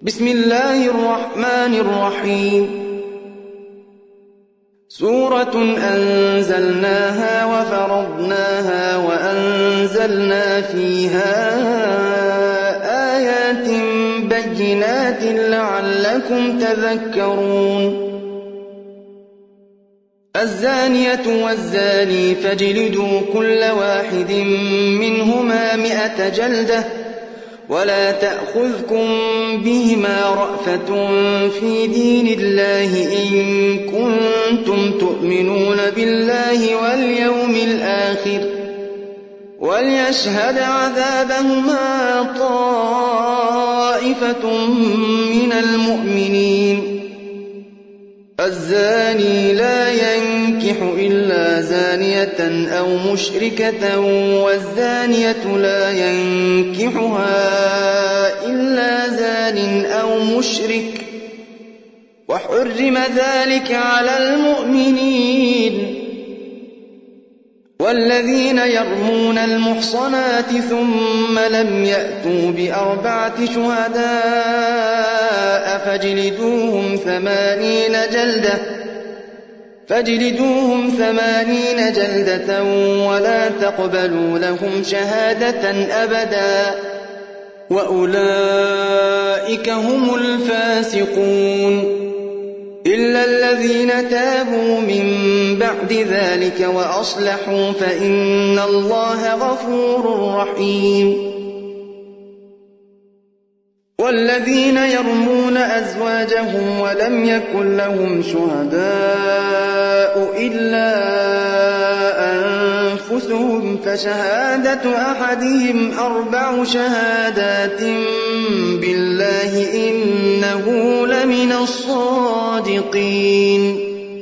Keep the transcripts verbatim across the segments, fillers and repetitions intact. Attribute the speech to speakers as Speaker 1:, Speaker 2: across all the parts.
Speaker 1: بسم الله الرحمن الرحيم سورة أنزلناها وفرضناها وأنزلنا فيها آيات بينات لعلكم تذكرون الزانية والزاني فاجلدوا كل واحد منهما مئة جلدة ولا تأخذكم بهما رأفة في دين الله إن كنتم تؤمنون بالله واليوم الآخر وليشهد عذابهما طائفة من المؤمنين الزاني لا ينكح إلا زانية أو مشركة والزانية لا ينكحها إلا زان أو مشرك وحرم ذلك على المؤمنين والذين يرمون المحصنات ثم لم يأتوا بأربعة شهداء فاجلدوهم ثمانين جلدة فاجلدوهم ثمانين جلدة ولا تقبلوا لهم شهادة أبدا وأولئك هم الفاسقون إلا الذين تابوا من بعد ذلك وأصلحوا فإن الله غفور رحيم والذين يرمون أزواجهم ولم يكن لهم شهداء إلا أنفسهم فشهادة أحدهم أربع شهادات بالله إنه لمن الصادقين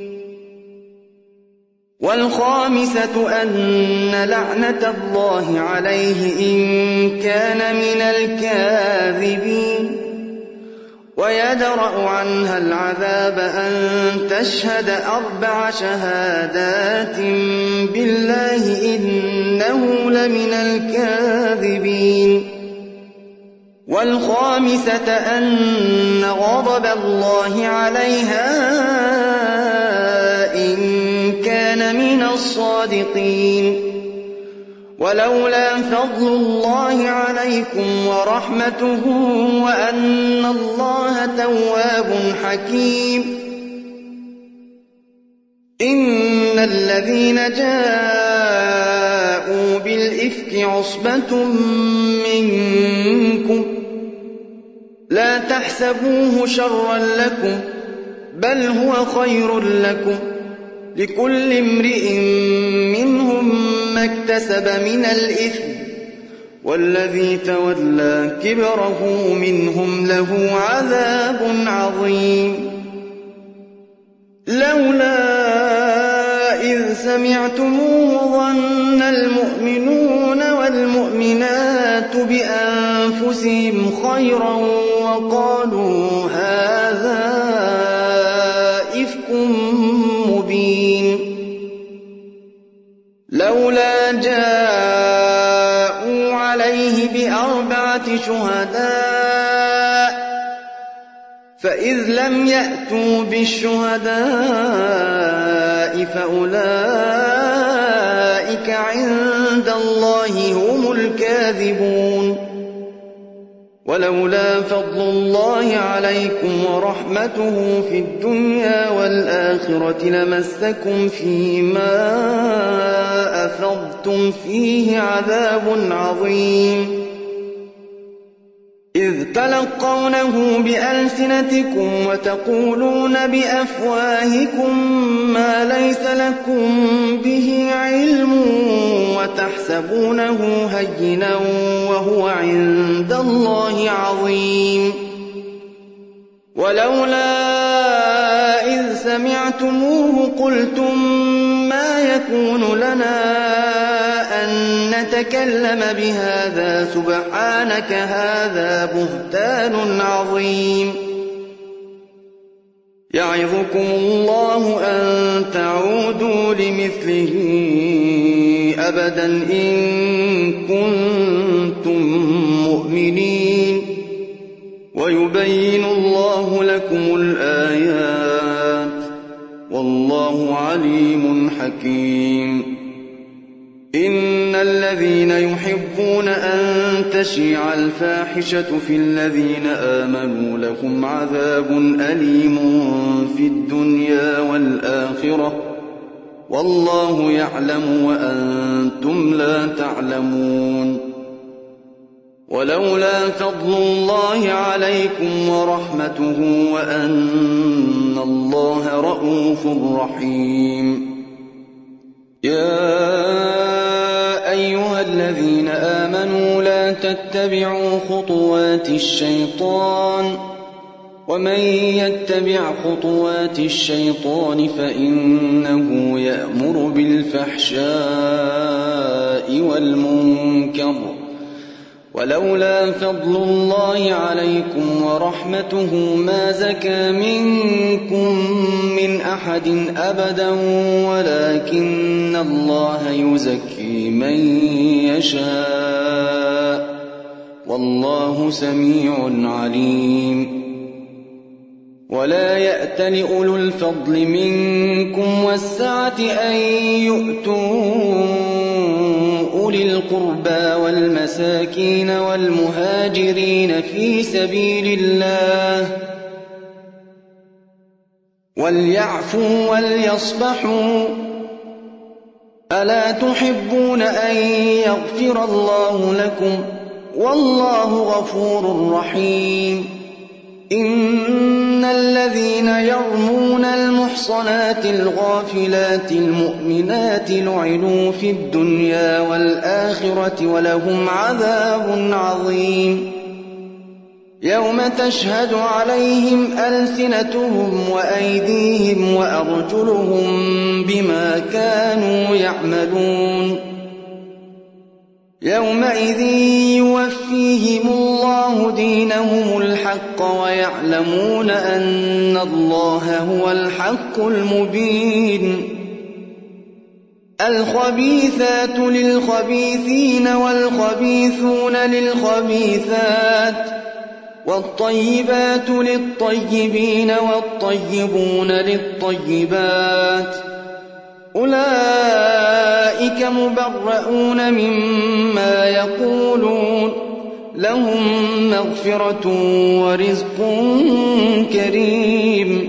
Speaker 1: والخامسة أن لعنة الله عليه إن كان من الكاذبين ويدرأ عنها العذاب أن تشهد أربع شهادات بالله إنه لمن الكاذبين والخامسة أن غضب الله عليها إن كان من الصادقين ولولا فضل الله عليكم ورحمته وأن الله تواب حكيم إن الذين جاءوا بالإفك عصبة منكم لا تحسبوه شرا لكم بل هو خير لكم لكل امرئ منهم ما اكتسب من الإثم والذي تولى كبره منهم له عذاب عظيم لولا إذ سمعتموه ظن المؤمنون والمؤمنات بأنفسهم خيرا وقالوا هذا إفك مبين لولا جاءوا عليه بأربعة شهداء فإذ لم يأتوا بالشهداء فأولئك عند الله هم الكاذبون ولولا فضل الله عليكم ورحمته في الدنيا والآخرة لمسكم فيما أفضتم فيه عذاب عظيم إذ تلقونه بألسنتكم وتقولون بأفواهكم ما ليس لكم به علم وتحسبونه هينا وهو عند الله عظيم ولولا إذ سمعتموه قلتم ما يكون لنا أن نتكلم بهذا سبحانك هذا بهتان عظيم يعظكم الله أن تعودوا لمثله أبدا إن كنتم مؤمنين ويبين الله لكم الآيات والله عليم حكيم. إن الذين يحبون أن تشيع الفاحشة في الذين آمنوا لهم عذاب أليم في الدنيا والآخرة والله يعلم وأنتم لا تعلمون. ولولا فضل الله عليكم ورحمته وأن الله رءوف رحيم. يا أيها الذين آمنوا لا تتبعوا خطوات الشيطان ومن يتبع خطوات الشيطان فإنه يأمر بالفحشاء والمنكر ولولا فضل الله عليكم ورحمته ما زكى منكم من أحد أبدا ولكن الله يزكي من يشاء والله سميع عليم. ولا يأتل أولو الفضل منكم والسعة أن يؤتوا أولي القربى والمساكين والمهاجرين في سبيل الله وليعفوا وليصفحوا ألا تحبون أن يغفر الله لكم والله غفور رحيم. إن الذين يرمون المحصنات الغافلات المؤمنات لعنوا في الدنيا والآخرة ولهم عذاب عظيم. يوم تشهد عليهم ألسنتهم وأيديهم وأرجلهم بما كانوا يعملون. يومئذ يوفيهم الله دينهم الحق ويعلمون أن الله هو الحق المبين. الخبيثات للخبيثين والخبيثون للخبيثات والطيبات للطيبين والطيبون للطيبات أولئك مبرؤون مما يقولون لهم مغفرة ورزق كريم.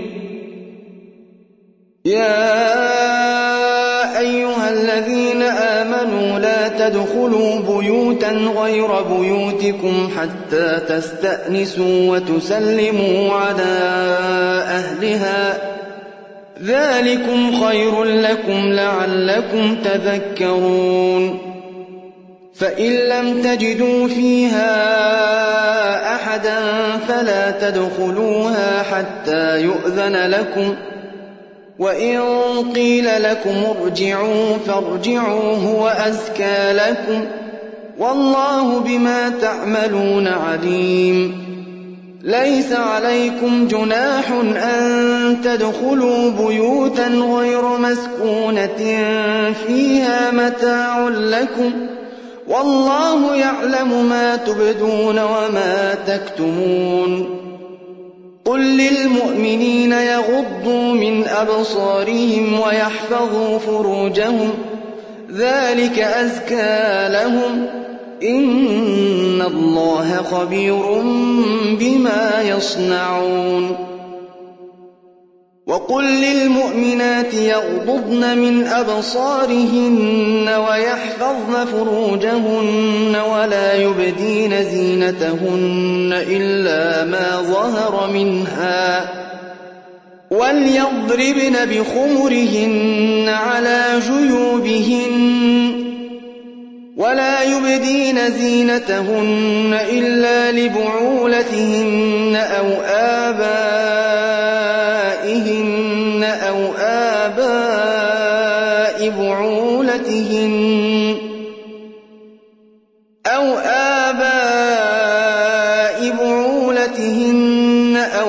Speaker 1: يا أيها الذين آمنوا لا تدخلوا بيوتا غير بيوتكم حتى تستأنسوا وتسلموا على أهلها ذلكم خير لكم لعلكم تذكرون. فإن لم تجدوا فيها أحدا فلا تدخلوها حتى يؤذن لكم وإن قيل لكم ارجعوا فارجعوا هو أزكى لكم والله بما تعملون عليم. ليس عليكم جناح أن تدخلوا بيوتا غير مسكونة فيها متاع لكم والله يعلم ما تبدون وما تكتمون. قل للمؤمنين يغضوا من أبصارهم ويحفظوا فروجهم ذلك أزكى لهم إن الله خبير بما يصنعون. وقل للمؤمنات يغضضن من أبصارهن ويحفظن فروجهن ولا يبدين زينتهن إلا ما ظهر منها وليضربن بخمرهن على جيوبهن ولا يبدين زينتهن إلا لبعولتهن أو آبائهن أو آباء بعولتهن أو آباء بعولتهن أو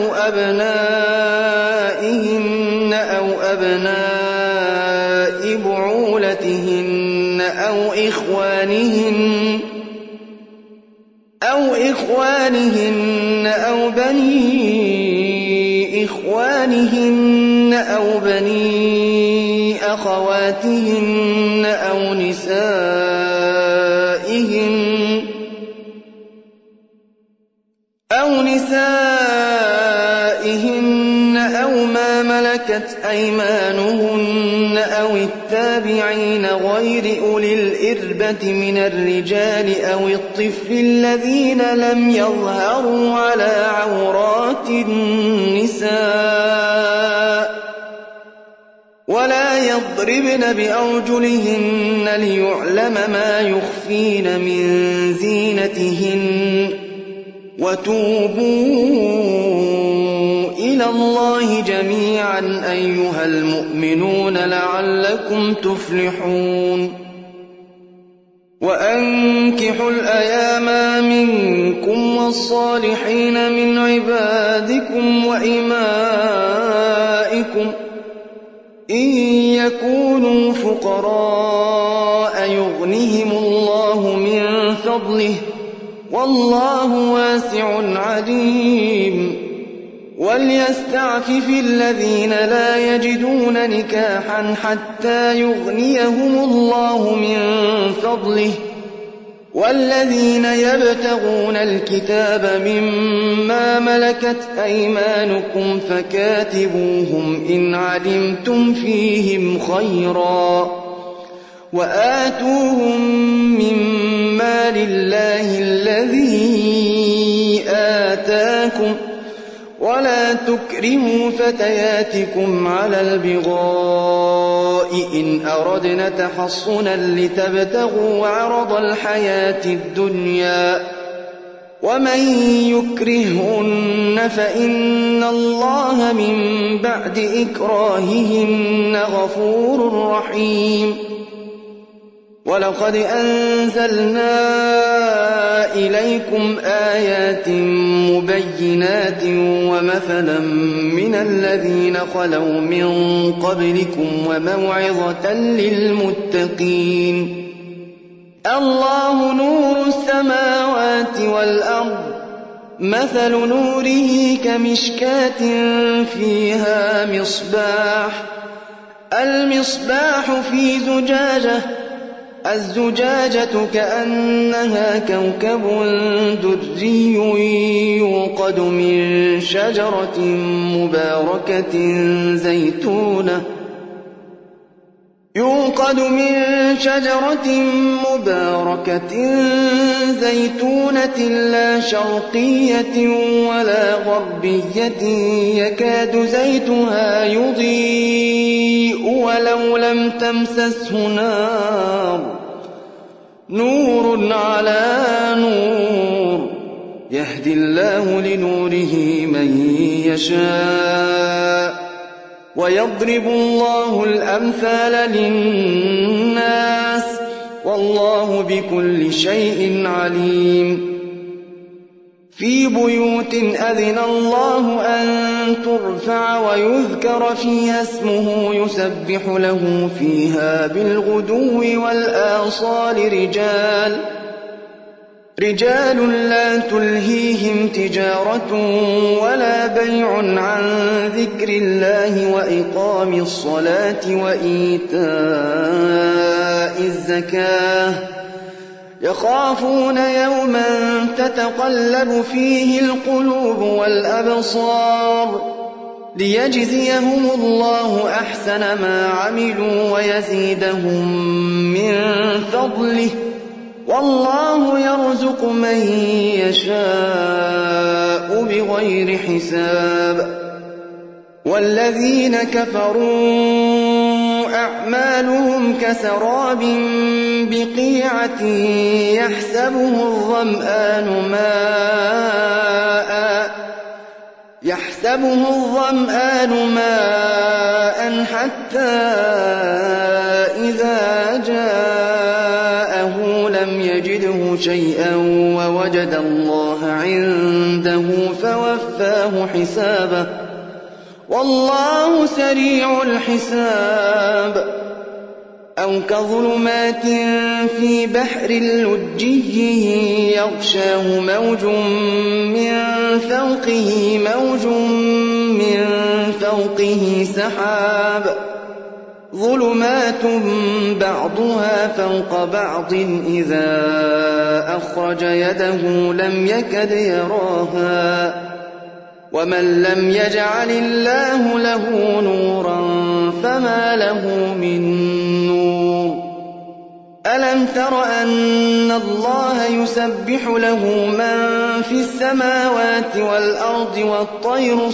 Speaker 1: أبنائهن أو أبناء بعولتهن أو إخوانهن أو إخوانهن أو بني إخوانهن أو بني أخواتهن أو نسائهن أو نسائهن أو ما ملكت أيمانهن أو التابعين غير أولي الإربة من الرجال أو الطفل الذين لم يظهروا على عورات النساء ولا يضربن بأرجلهن ليعلم ما يخفين من زينتهن وتوبوا إلى الله جميعا أيها المؤمنون لعلكم تفلحون وأنكحوا الأيام منكم والصالحين من عبادكم وإمائكم إن يكونوا فقراء يغنهم الله من فضله والله واسع عليم وليستعفف الذين لا يجدون نكاحا حتى يغنيهم الله من فضله والذين يبتغون الكتاب مما ملكت أيمانكم فكاتبوهم إن علمتم فيهم خيرا وآتوهم مما لله الذي آتاكم ولا تكرهوا فتياتكم على البغاء إن أردنا تحصنا لتبتغوا عرض الحياة الدنيا ومن يكرهن فإن الله من بعد إكراههن غفور رحيم ولقد أنزلنا إليكم آيات مبينات ومثلا من الذين خلوا من قبلكم وموعظة للمتقين الله نور السماوات والأرض مثل نوره كمشكاة فيها مصباح المصباح في زجاجة الزجاجة كأنها كوكب دري يوقد من شجرة مباركة زيتونة يوقد من شجرة مباركة زيتونة لا شرقية ولا غربية يكاد زيتها يضيء ولو لم تمسسه نار نور على نور يهدي الله لنوره من يشاء ويضرب الله الأمثال للناس والله بكل شيء عليم في بيوت أذن الله أن ترفع ويذكر فيها اسمه يسبح له فيها بالغدو والآصال رجال رجال لا تلهيهم تجارة ولا بيع عن ذكر الله وإقام الصلاة وإيتاء الزكاة يخافون يوما تتقلب فيه القلوب والأبصار ليجزيهم الله أحسن ما عملوا ويزيدهم من فضله والله يرزق من يشاء بغير حساب والذين كفروا أعمالهم كسراب بقيعة يحسبه الظمآن ماء يحسبه الظمآن ماء حتى إذا جاءه لم يجده شيئا ووجد الله عنده فوفاه حسابه والله سريع الحساب أو كظلمات في بحر لجي يغشاه موج من فوقه موج من فوقه سحاب ظلمات بعضها فوق بعض إذا أخرج يده لم يكد يراها ومن لم يجعل الله له نورا فما له من نور ألم تر أن الله يسبح له من في السماوات والأرض والطير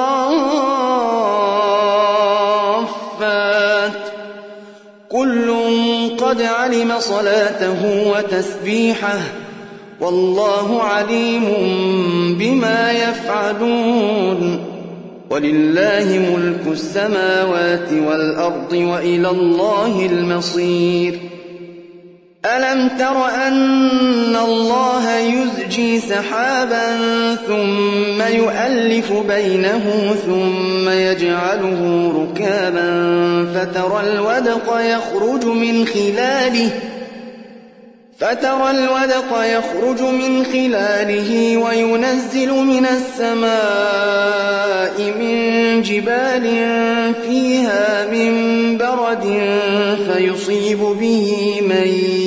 Speaker 1: صافات كل قد علم صلاته وتسبيحه والله عليم بما يفعلون ولله ملك السماوات والأرض وإلى الله المصير ألم تر أن الله يزجي سحابا ثم يؤلف بينه ثم يجعله ركابا فترى الودق يخرج من خلاله فترى الودق يخرج من خلاله وينزل من السماء من جبال فيها من برد فيصيب به من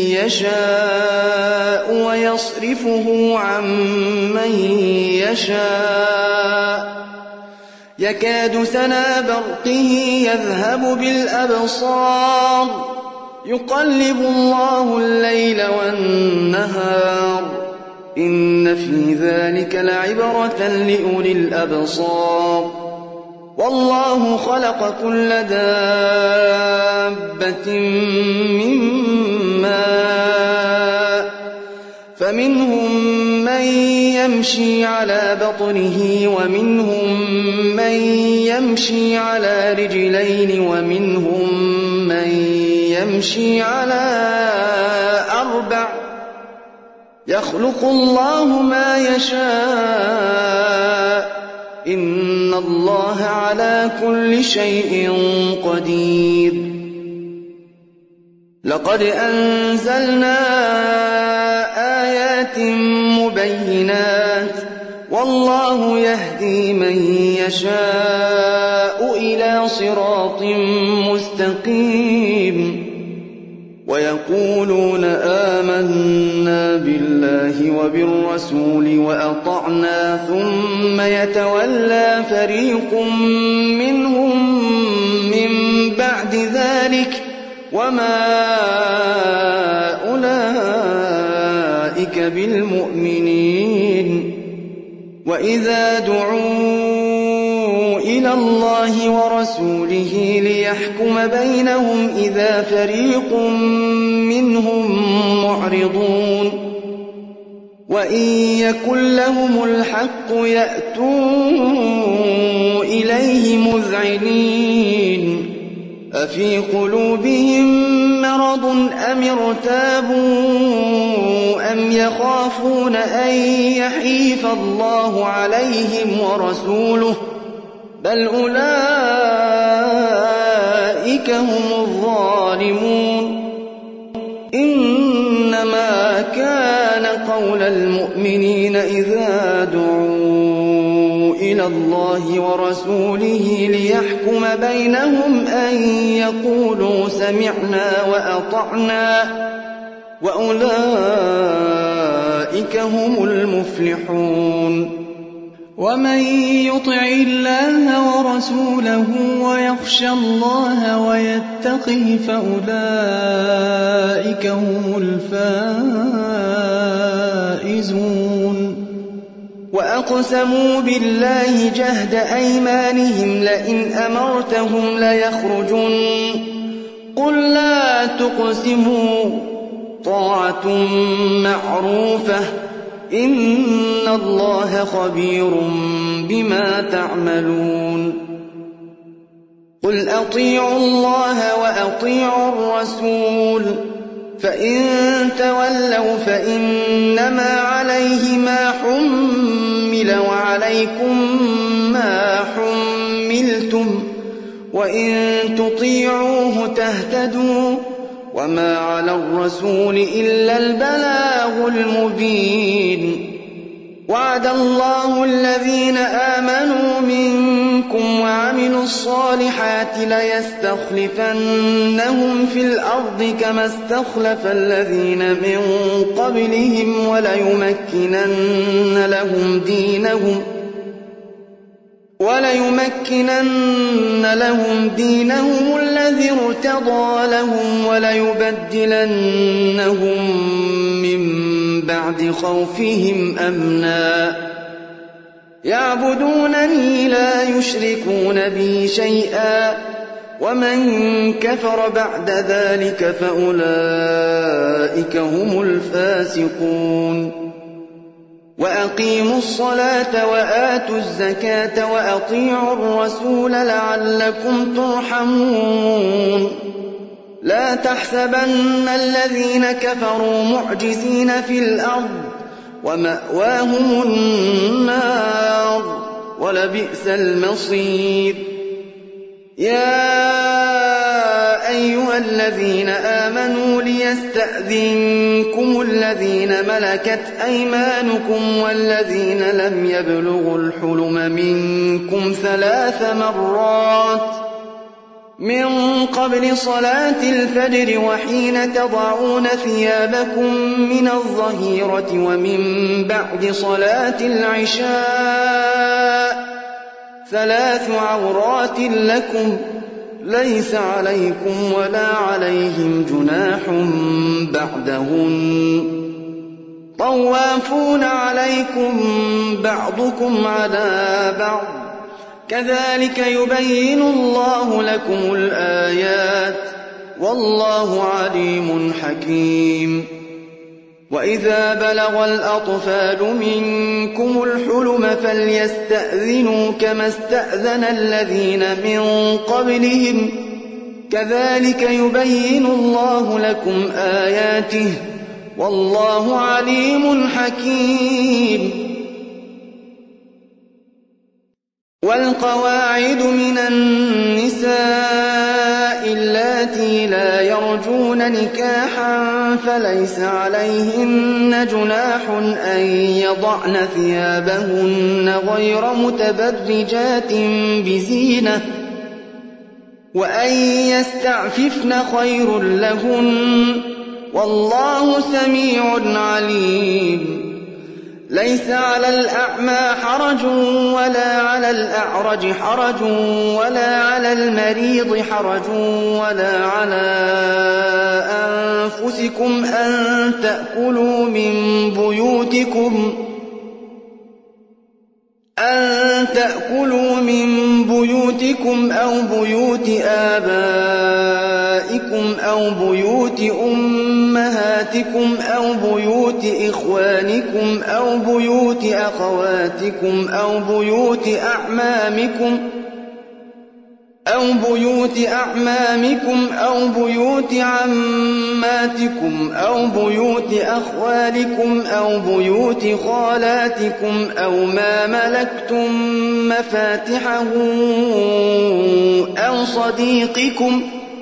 Speaker 1: يشاء ويصرفه عن من يشاء يكاد سنا برقه يذهب بالأبصار يقلب الله الليل والنهار إن في ذلك لعبرة لأولي الأبصار والله خلق كل دابة من ماء فمنهم من يمشي على بطنه ومنهم من يمشي على رجلين ومنهم من يمشي على أربع يخلق الله ما يشاء إن الله على كل شيء قدير لقد أنزلنا آيات مبينات والله يهدي من يشاء إلى صراط مستقيم ويقولون آمنا بالله وبالرسول وأطعنا ثم يتولى فريق منهم من بعد ذلك وما أولئك بالمؤمنين وإذا دعوا إلى الله ورسوله ليحكم بينهم إذا فريق منهم معرضون وإن يكن لهم الحق يأتوا إليه مذعنين أفي قلوبهم مرض أم ارتابوا أم يخافون أن يحيف الله عليهم ورسوله بل أولئك هم الظالمون إنما كان قول المؤمنين إذا دعوا إلى الله ورسوله ليحكم بينهم أن يقولوا سمعنا وأطعنا وأولئك هم المفلحون
Speaker 2: ومن يطع الله ورسوله ويخشى الله ويتقه فأولئك هم الفائزون
Speaker 1: وأقسموا بالله جهد أيمانهم لئن أمرتهم ليخرجن قل لا تقسموا طاعة معروفة إن الله خبير بما تعملون قل أطيعوا الله وأطيعوا الرسول فإن تولوا فإنما عليه ما حمل وعليكم ما حملتم وإن تطيعوه تهتدوا وما على الرسول إلا البلاغ المبين وعد الله الذين آمنوا منكم وعملوا الصالحات ليستخلفنهم في الأرض كما استخلف الذين من قبلهم وليمكنن لهم دينهم وليمكنن لهم دينهم الذي ارتضى لهم وليبدلنهم من بعد خوفهم أمنا يعبدونني لا يشركون بي شيئا ومن كفر بعد ذلك فأولئك هم الفاسقون وأقيموا الصلاة وآتوا الزكاة وأطيعوا الرسول لعلكم ترحمون لا تحسبن الذين كفروا معجزين في الأرض ومأواهم النار ولبئس المصير يا أيها الذين آمنوا ليستأذنكم الذين ملكت أيمانكم والذين لم يبلغوا الحلم منكم ثلاث مرات من قبل صلاة الفجر وحين تضعون ثيابكم من الظهيرة ومن بعد صلاة العشاء ثلاث عورات لكم ليس عليكم ولا عليهم جناح بعدهن طوافون عليكم بعضكم على بعض كذلك يبين الله لكم الآيات والله عليم حكيم وإذا بلغ الأطفال منكم الحلم فليستأذنوا كما استأذن الذين من قبلهم كذلك يبين الله لكم آياته والله عليم حكيم والقواعد من النساء اللاتي لا يرجون نكاحا فليس عليهن جناح أن يضعن ثيابهن غير متبرجات بزينة وأن يستعففن خير لهن والله سميع عليم ليس على الأعمى حرج ولا على الأعرج حرج ولا على المريض حرج ولا على أنفسكم أن تأكلوا من بيوتكم أن تأكلوا من بيوتكم أو بيوت آبائكم أو بيوت أمهاتكم أو بيوت إخوانكم أو بيوت أخواتكم أو بيوت أعمامكم أو بيوت أعمامكم أو بيوت عماتكم أو بيوت أخوالكم أو بيوت خالاتكم أو ما ملكتم مفاتحه أو صديقكم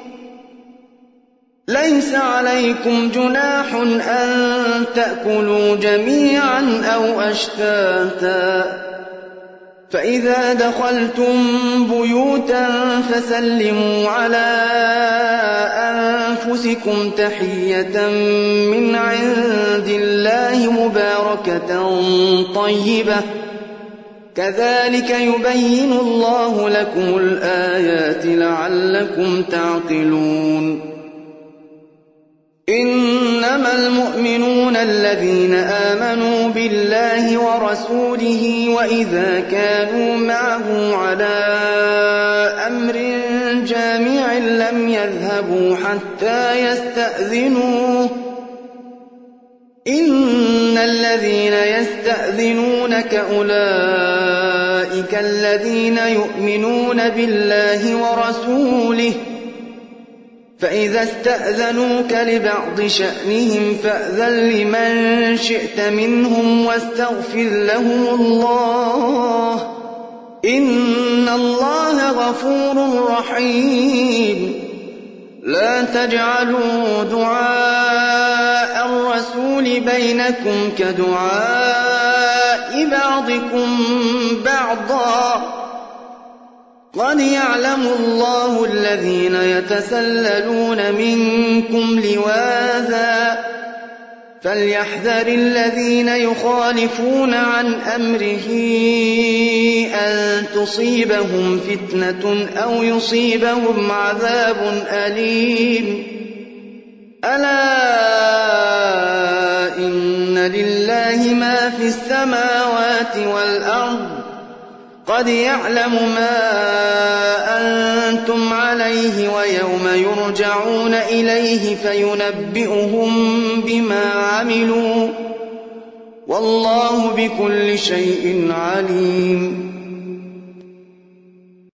Speaker 1: ليس عليكم جناح أن تأكلوا جميعا أو أشتاتا فإذا دخلتم بيوتا فسلموا على أنفسكم تحية من عند الله مباركة طيبة كذلك يبين الله لكم الآيات لعلكم تعقلون إنما المؤمنون الذين آمنوا بالله ورسوله وإذا كانوا معه على أمر جامع لم يذهبوا حتى يستأذنوه إن الذين يستأذنونك أولئك الذين يؤمنون بالله ورسوله فإذا استأذنوك لبعض شأنهم فأذن لمن شئت منهم واستغفر لهم الله إن الله غفور رحيم لا تجعلوا دعاء الرسول بينكم كدعاء بعضكم بعضا قد يعلم الله الذين يتسللون منكم لواذا فليحذر الذين يخالفون عن أمره أن تصيبهم فتنة أو يصيبهم عذاب أليم ألا إن لله ما في السماوات والأرض قد يعلم ما أنتم عليه ويوم يرجعون إليه فينبئهم بما عملوا والله بكل شيء عليم